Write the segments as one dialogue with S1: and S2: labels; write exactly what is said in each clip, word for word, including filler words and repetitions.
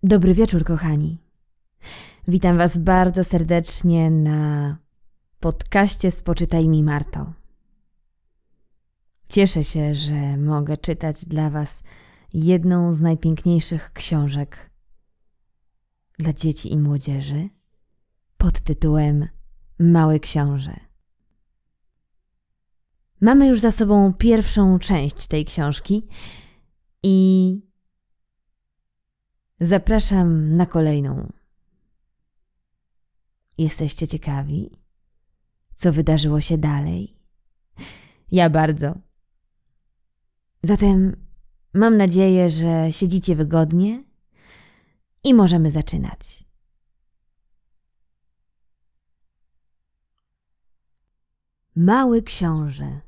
S1: Dobry wieczór, kochani. Witam Was bardzo serdecznie na podcaście Spoczytaj mi, Marto. Cieszę się, że mogę czytać dla Was jedną z najpiękniejszych książek dla dzieci i młodzieży pod tytułem Mały Książę. Mamy już za sobą pierwszą część tej książki i zapraszam na kolejną. Jesteście ciekawi, co wydarzyło się dalej? Ja bardzo. Zatem mam nadzieję, że siedzicie wygodnie i możemy zaczynać. Mały Książę.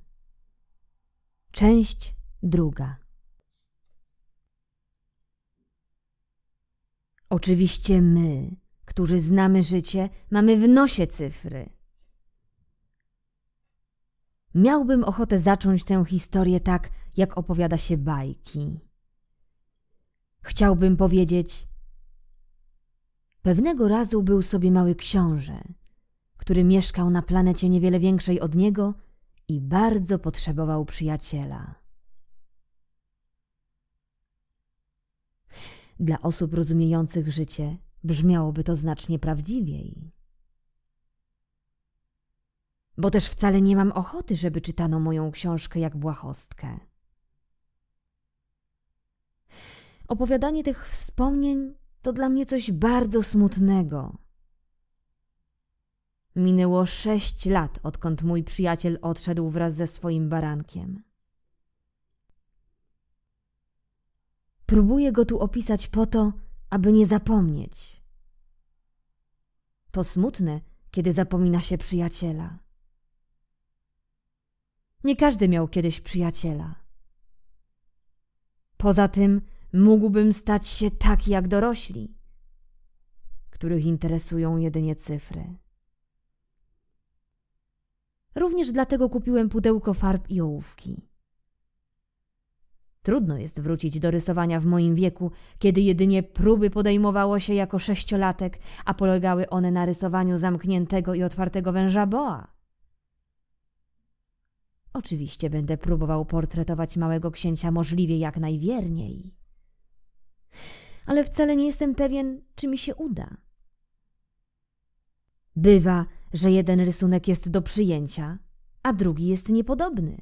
S1: Część druga. Oczywiście my, którzy znamy życie, mamy w nosie cyfry. Miałbym ochotę zacząć tę historię tak, jak opowiada się bajki. Chciałbym powiedzieć: pewnego razu był sobie mały książę, który mieszkał na planecie niewiele większej od niego i bardzo potrzebował przyjaciela. Dla osób rozumiejących życie brzmiałoby to znacznie prawdziwiej. Bo też wcale nie mam ochoty, żeby czytano moją książkę jak błahostkę. Opowiadanie tych wspomnień to dla mnie coś bardzo smutnego. Minęło sześć lat, odkąd mój przyjaciel odszedł wraz ze swoim barankiem. Próbuję go tu opisać po to, aby nie zapomnieć. To smutne, kiedy zapomina się przyjaciela. Nie każdy miał kiedyś przyjaciela. Poza tym mógłbym stać się taki jak dorośli, których interesują jedynie cyfry. Również dlatego kupiłem pudełko farb i ołówki. Trudno jest wrócić do rysowania w moim wieku, kiedy jedynie próby podejmowało się jako sześciolatek, a polegały one na rysowaniu zamkniętego i otwartego węża boa. Oczywiście będę próbował portretować małego księcia możliwie jak najwierniej. Ale wcale nie jestem pewien, czy mi się uda. Bywa, że jeden rysunek jest do przyjęcia, a drugi jest niepodobny.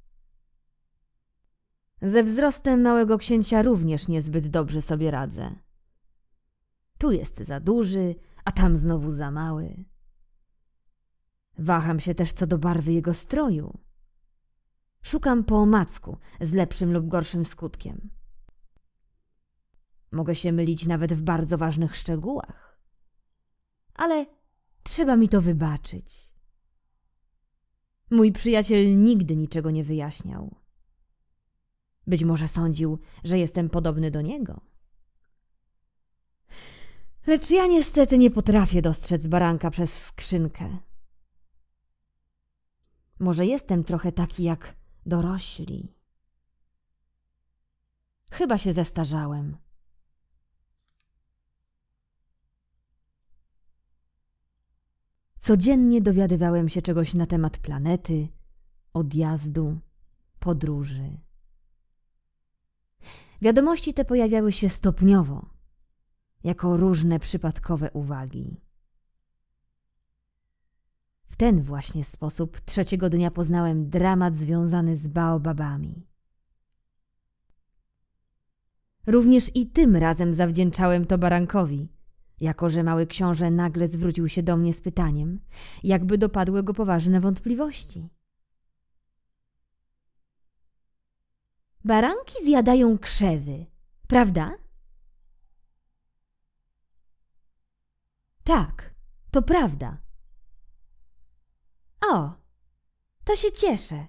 S1: Ze wzrostem małego księcia również niezbyt dobrze sobie radzę. Tu jest za duży, a tam znowu za mały. Waham się też co do barwy jego stroju. Szukam po omacku z lepszym lub gorszym skutkiem. Mogę się mylić nawet w bardzo ważnych szczegółach. Ale trzeba mi to wybaczyć. Mój przyjaciel nigdy niczego nie wyjaśniał. Być może sądził, że jestem podobny do niego. Lecz ja niestety nie potrafię dostrzec baranka przez skrzynkę. Może jestem trochę taki jak dorośli. Chyba się zestarzałem. Codziennie dowiadywałem się czegoś na temat planety, odjazdu, podróży. Wiadomości te pojawiały się stopniowo, jako różne przypadkowe uwagi. W ten właśnie sposób trzeciego dnia poznałem dramat związany z baobabami. Również i tym razem zawdzięczałem to barankowi, jako że mały książę nagle zwrócił się do mnie z pytaniem, jakby dopadły go poważne wątpliwości. Baranki zjadają krzewy, prawda? Tak, to prawda. O, to się cieszę.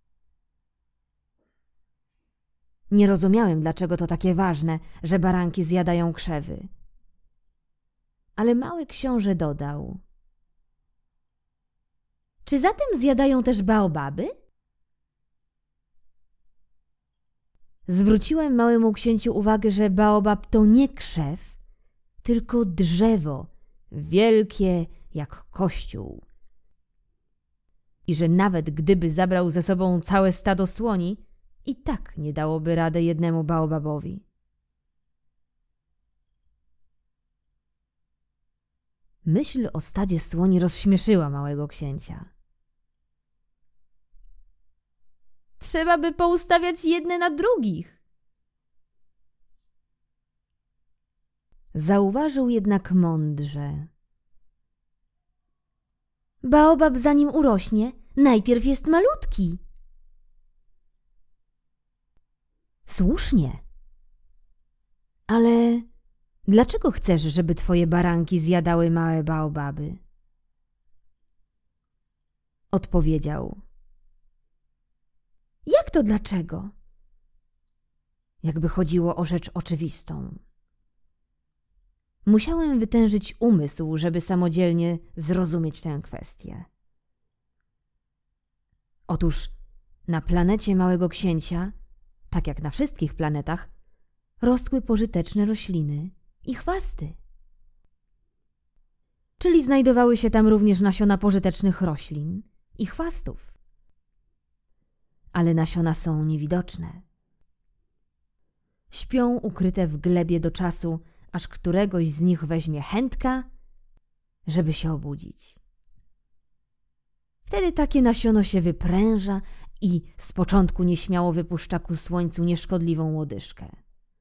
S1: Nie rozumiałem, dlaczego to takie ważne, że baranki zjadają krzewy. Ale mały książę dodał: czy zatem zjadają też baobaby? Zwróciłem małemu księciu uwagę, że baobab to nie krzew, tylko drzewo, wielkie jak kościół. I że nawet gdyby zabrał ze sobą całe stado słoni, i tak nie dałoby rady jednemu baobabowi. Myśl o stadzie słoni rozśmieszyła małego księcia. Trzeba by poustawiać jedne na drugich. Zauważył jednak mądrze. Baobab, zanim urośnie, najpierw jest malutki. Słusznie. Ale dlaczego chcesz, żeby twoje baranki zjadały małe baobaby? Odpowiedział. Jak to dlaczego? Jakby chodziło o rzecz oczywistą. Musiałem wytężyć umysł, żeby samodzielnie zrozumieć tę kwestię. Otóż na planecie Małego Księcia, tak jak na wszystkich planetach, rosły pożyteczne rośliny i chwasty. Czyli znajdowały się tam również nasiona pożytecznych roślin i chwastów. Ale nasiona są niewidoczne. Śpią ukryte w glebie do czasu, aż któregoś z nich weźmie chętka, żeby się obudzić. Wtedy takie nasiono się wypręża i z początku nieśmiało wypuszcza ku słońcu nieszkodliwą łodyżkę.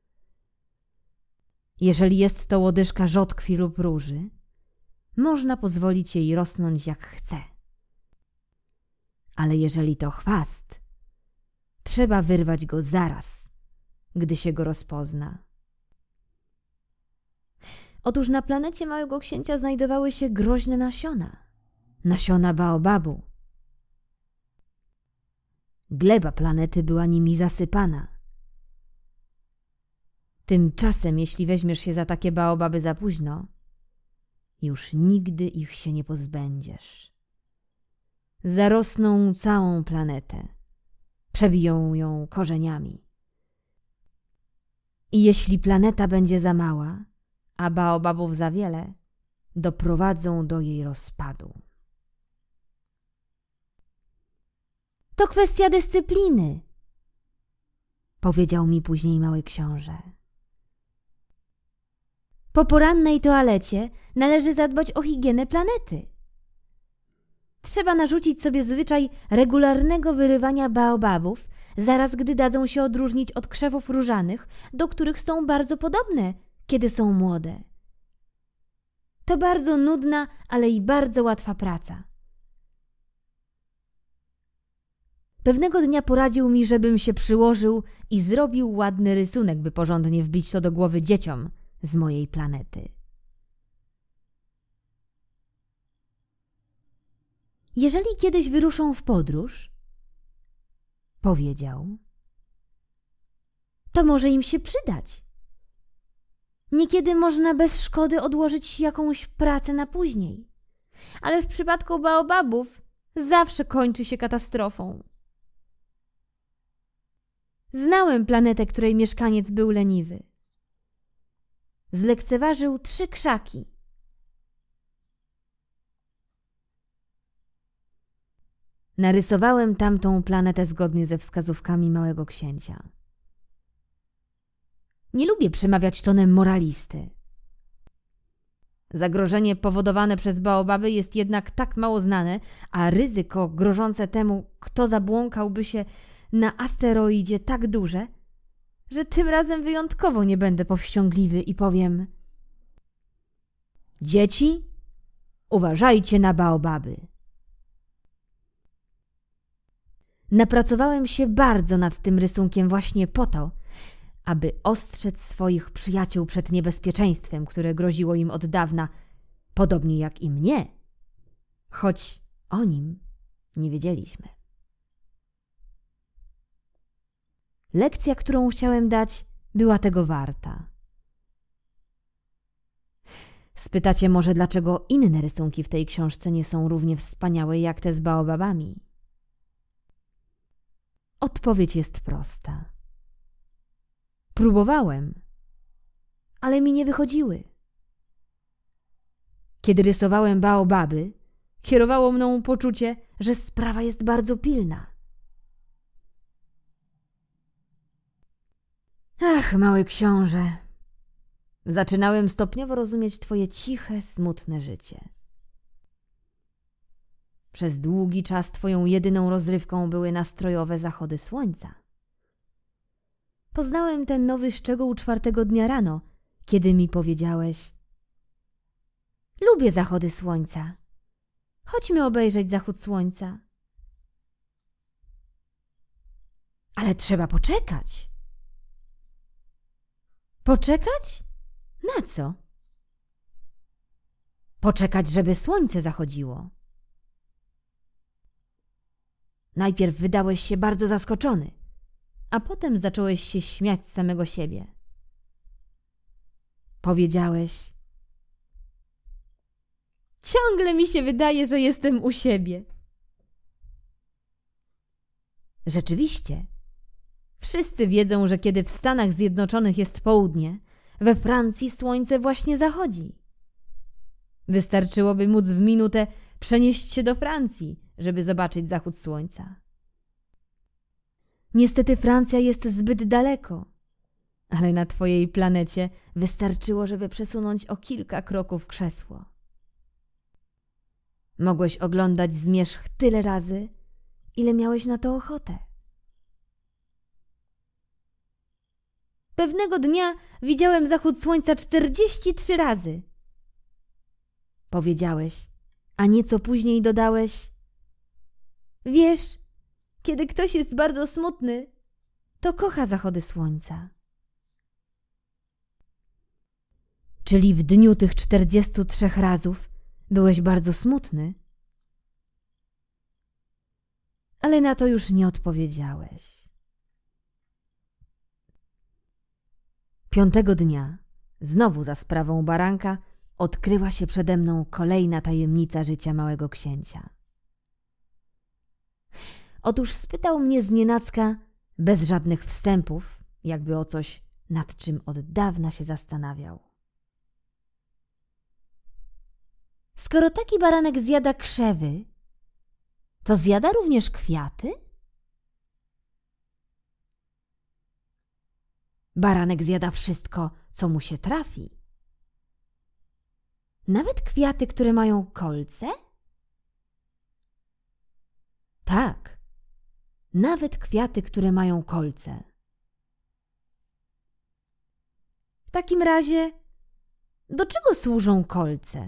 S1: Jeżeli jest to łodyżka rzodkwi lub róży, można pozwolić jej rosnąć jak chce. Ale jeżeli to chwast, trzeba wyrwać go zaraz, gdy się go rozpozna. Otóż na planecie Małego Księcia znajdowały się groźne nasiona. Nasiona baobabu. Gleba planety była nimi zasypana. Tymczasem, jeśli weźmiesz się za takie baobaby za późno, już nigdy ich się nie pozbędziesz. Zarosną całą planetę. Przebiją ją korzeniami. I jeśli planeta będzie za mała, a baobabów za wiele, doprowadzą do jej rozpadu. To kwestia dyscypliny, powiedział mi później mały książę. Po porannej toalecie należy zadbać o higienę planety. Trzeba narzucić sobie zwyczaj regularnego wyrywania baobabów, zaraz gdy dadzą się odróżnić od krzewów różanych, do których są bardzo podobne, kiedy są młode. To bardzo nudna, ale i bardzo łatwa praca. Pewnego dnia poradził mi, żebym się przyłożył i zrobił ładny rysunek, by porządnie wbić to do głowy dzieciom z mojej planety. Jeżeli kiedyś wyruszą w podróż, powiedział, to może im się przydać. Niekiedy można bez szkody odłożyć jakąś pracę na później, ale w przypadku baobabów zawsze kończy się katastrofą. Znałem planetę, której mieszkaniec był leniwy. Zlekceważył trzy krzaki. Narysowałem tamtą planetę zgodnie ze wskazówkami Małego Księcia. Nie lubię przemawiać tonem moralisty. Zagrożenie powodowane przez baobaby jest jednak tak mało znane, a ryzyko grożące temu, kto zabłąkałby się na asteroidzie, tak duże, że tym razem wyjątkowo nie będę powściągliwy i powiem: dzieci, uważajcie na baobaby. Napracowałem się bardzo nad tym rysunkiem właśnie po to, aby ostrzec swoich przyjaciół przed niebezpieczeństwem, które groziło im od dawna, podobnie jak i mnie, choć o nim nie wiedzieliśmy. Lekcja, którą chciałem dać, była tego warta. Spytacie może, dlaczego inne rysunki w tej książce nie są równie wspaniałe jak te z baobabami? Odpowiedź jest prosta. Próbowałem, ale mi nie wychodziły. Kiedy rysowałem baobaby, kierowało mną poczucie, że sprawa jest bardzo pilna. Ach, mały książę, zaczynałem stopniowo rozumieć twoje ciche, smutne życie. Przez długi czas twoją jedyną rozrywką były nastrojowe zachody słońca. Poznałem ten nowy szczegół czwartego dnia rano, kiedy mi powiedziałeś: lubię zachody słońca. Chodźmy obejrzeć zachód słońca. Ale trzeba poczekać. Poczekać? Na co? Poczekać, żeby słońce zachodziło. Najpierw wydałeś się bardzo zaskoczony, a potem zacząłeś się śmiać z samego siebie. Powiedziałeś: ciągle mi się wydaje, że jestem u siebie. Rzeczywiście, wszyscy wiedzą, że kiedy w Stanach Zjednoczonych jest południe, we Francji słońce właśnie zachodzi. Wystarczyłoby móc w minutę przenieść się do Francji, żeby zobaczyć zachód słońca. Niestety Francja jest zbyt daleko, ale na twojej planecie wystarczyło, żeby przesunąć o kilka kroków krzesło. Mogłeś oglądać zmierzch tyle razy, ile miałeś na to ochotę. Pewnego dnia widziałem zachód słońca czterdzieści trzy razy. Powiedziałeś, a nieco później dodałeś: wiesz, kiedy ktoś jest bardzo smutny, to kocha zachody słońca. Czyli w dniu tych czterdziestu trzech razów byłeś bardzo smutny? Ale na to już nie odpowiedziałeś. Piątego dnia, znowu za sprawą baranka, odkryła się przede mną kolejna tajemnica życia małego księcia. Otóż spytał mnie znienacka, bez żadnych wstępów, jakby o coś, nad czym od dawna się zastanawiał: skoro taki baranek zjada krzewy, to zjada również kwiaty? Baranek zjada wszystko, co mu się trafi. Nawet kwiaty, które mają kolce? Tak, nawet kwiaty, które mają kolce. W takim razie, do czego służą kolce?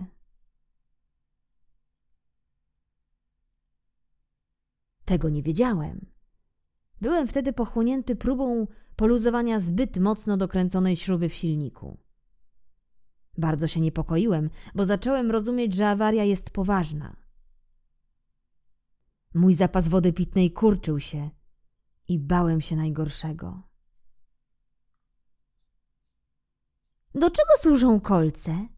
S1: Tego nie wiedziałem. Byłem wtedy pochłonięty próbą poluzowania zbyt mocno dokręconej śruby w silniku. Bardzo się niepokoiłem, bo zacząłem rozumieć, że awaria jest poważna. Mój zapas wody pitnej kurczył się i bałem się najgorszego. Do czego służą kolce?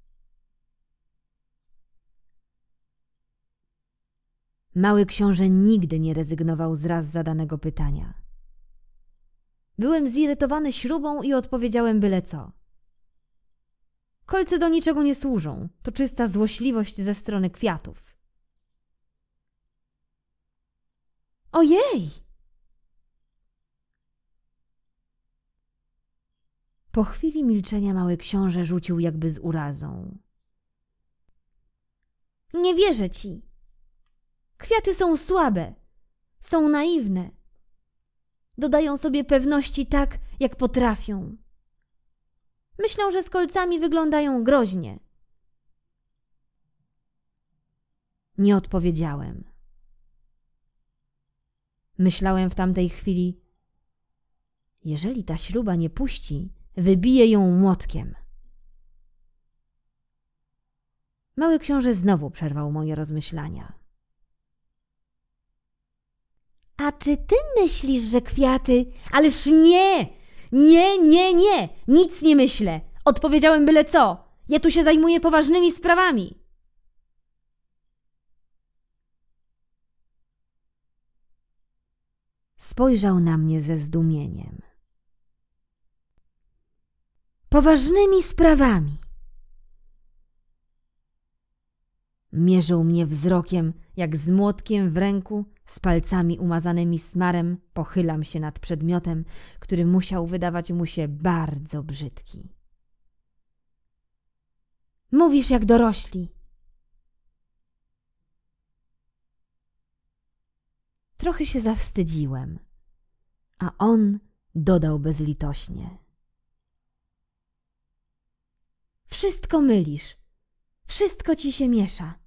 S1: Mały książę nigdy nie rezygnował z raz zadanego pytania. Byłem zirytowany śrubą i odpowiedziałem byle co. Kolce do niczego nie służą, to czysta złośliwość ze strony kwiatów. Ojej! Po chwili milczenia mały książę rzucił jakby z urazą: nie wierzę ci. Kwiaty są słabe, są naiwne. Dodają sobie pewności tak, jak potrafią. Myślą, że z kolcami wyglądają groźnie. Nie odpowiedziałem. Myślałem w tamtej chwili: jeżeli ta śruba nie puści, wybiję ją młotkiem. Mały książę znowu przerwał moje rozmyślania. A czy ty myślisz, że kwiaty... Ależ nie! Nie, nie, nie! Nic nie myślę! Odpowiedziałem byle co! Ja tu się zajmuję poważnymi sprawami! Spojrzał na mnie ze zdumieniem. Poważnymi sprawami. Mierzył mnie wzrokiem, jak z młotkiem w ręku, z palcami umazanymi smarem pochylam się nad przedmiotem, który musiał wydawać mu się bardzo brzydki. Mówisz jak dorośli. Trochę się zawstydziłem, a on dodał bezlitośnie. Wszystko mylisz, wszystko ci się miesza.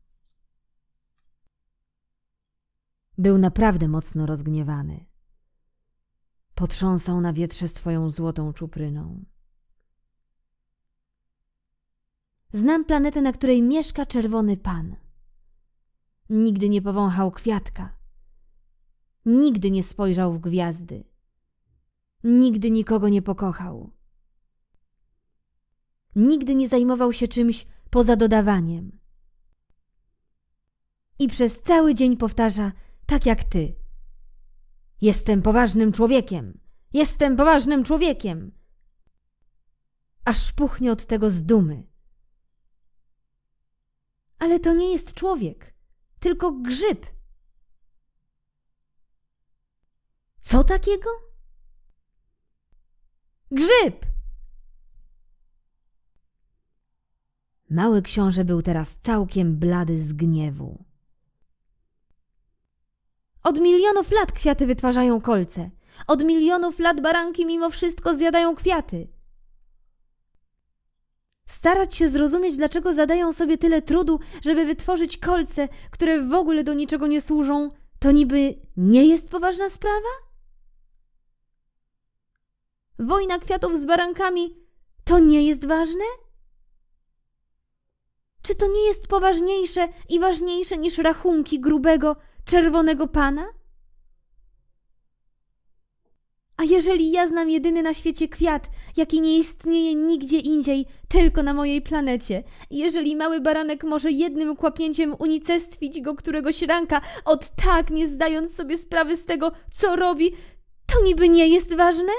S1: Był naprawdę mocno rozgniewany. Potrząsał na wietrze swoją złotą czupryną. Znam planetę, na której mieszka czerwony pan. Nigdy nie powąchał kwiatka. Nigdy nie spojrzał w gwiazdy. Nigdy nikogo nie pokochał. Nigdy nie zajmował się czymś poza dodawaniem. I przez cały dzień powtarza, tak jak ty. Jestem poważnym człowiekiem. Jestem poważnym człowiekiem. Aż puchnie od tego z dumy. Ale to nie jest człowiek, tylko grzyb. Co takiego? Grzyb! Mały książę był teraz całkiem blady z gniewu. Od milionów lat kwiaty wytwarzają kolce. Od milionów lat baranki mimo wszystko zjadają kwiaty. Starać się zrozumieć, dlaczego zadają sobie tyle trudu, żeby wytworzyć kolce, które w ogóle do niczego nie służą, to niby nie jest poważna sprawa? Wojna kwiatów z barankami to nie jest ważne? Czy to nie jest poważniejsze i ważniejsze niż rachunki grubego, czerwonego pana? A jeżeli ja znam jedyny na świecie kwiat, jaki nie istnieje nigdzie indziej, tylko na mojej planecie, i jeżeli mały baranek może jednym kłapnięciem unicestwić go któregoś ranka, od tak nie zdając sobie sprawy z tego, co robi, to niby nie jest ważne?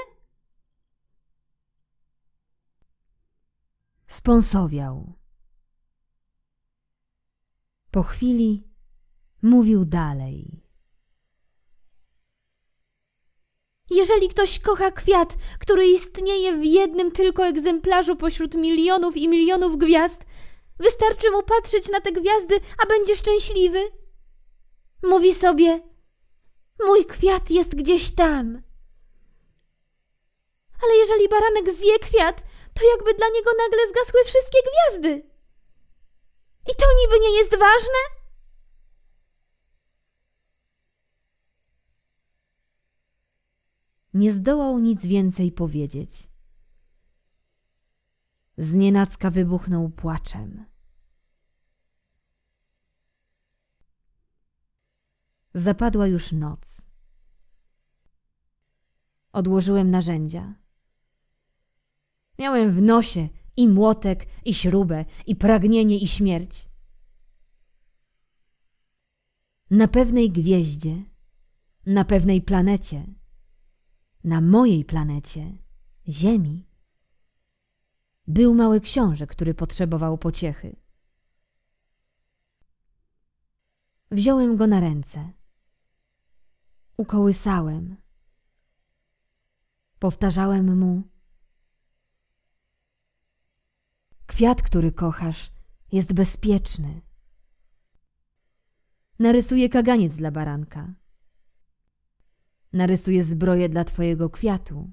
S1: Spąsowiał. Po chwili mówił dalej. Jeżeli ktoś kocha kwiat, który istnieje w jednym tylko egzemplarzu pośród milionów i milionów gwiazd, wystarczy mu patrzeć na te gwiazdy, a będzie szczęśliwy. Mówi sobie, mój kwiat jest gdzieś tam. Ale jeżeli baranek zje kwiat, to jakby dla niego nagle zgasły wszystkie gwiazdy. I to niby nie jest ważne? Nie zdołał nic więcej powiedzieć. Znienacka wybuchnął płaczem. Zapadła już noc. Odłożyłem narzędzia. Miałem w nosie i młotek, i śrubę, i pragnienie, i śmierć. Na pewnej gwieździe, na pewnej planecie, na mojej planecie, Ziemi, był mały książę, który potrzebował pociechy. Wziąłem go na ręce. Ukołysałem. Powtarzałem mu: kwiat, który kochasz, jest bezpieczny. Narysuję kaganiec dla baranka. Narysuję zbroję dla twojego kwiatu.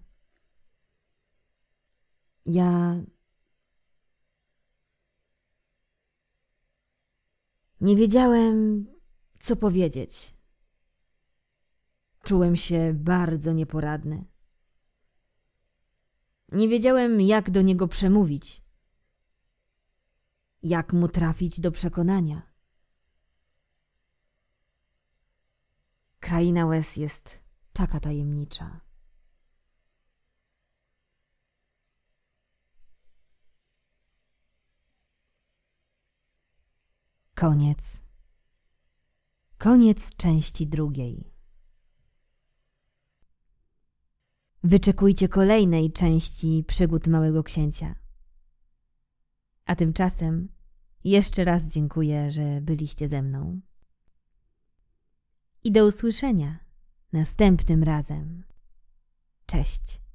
S1: Ja... Nie wiedziałem, co powiedzieć. Czułem się bardzo nieporadny. Nie wiedziałem, jak do niego przemówić. Jak mu trafić do przekonania. Kraina łez jest taka tajemnicza. Koniec. Koniec części drugiej. Wyczekujcie kolejnej części przygód Małego Księcia. A tymczasem Jeszcze raz dziękuję, że byliście ze mną. I do usłyszenia następnym razem. Cześć.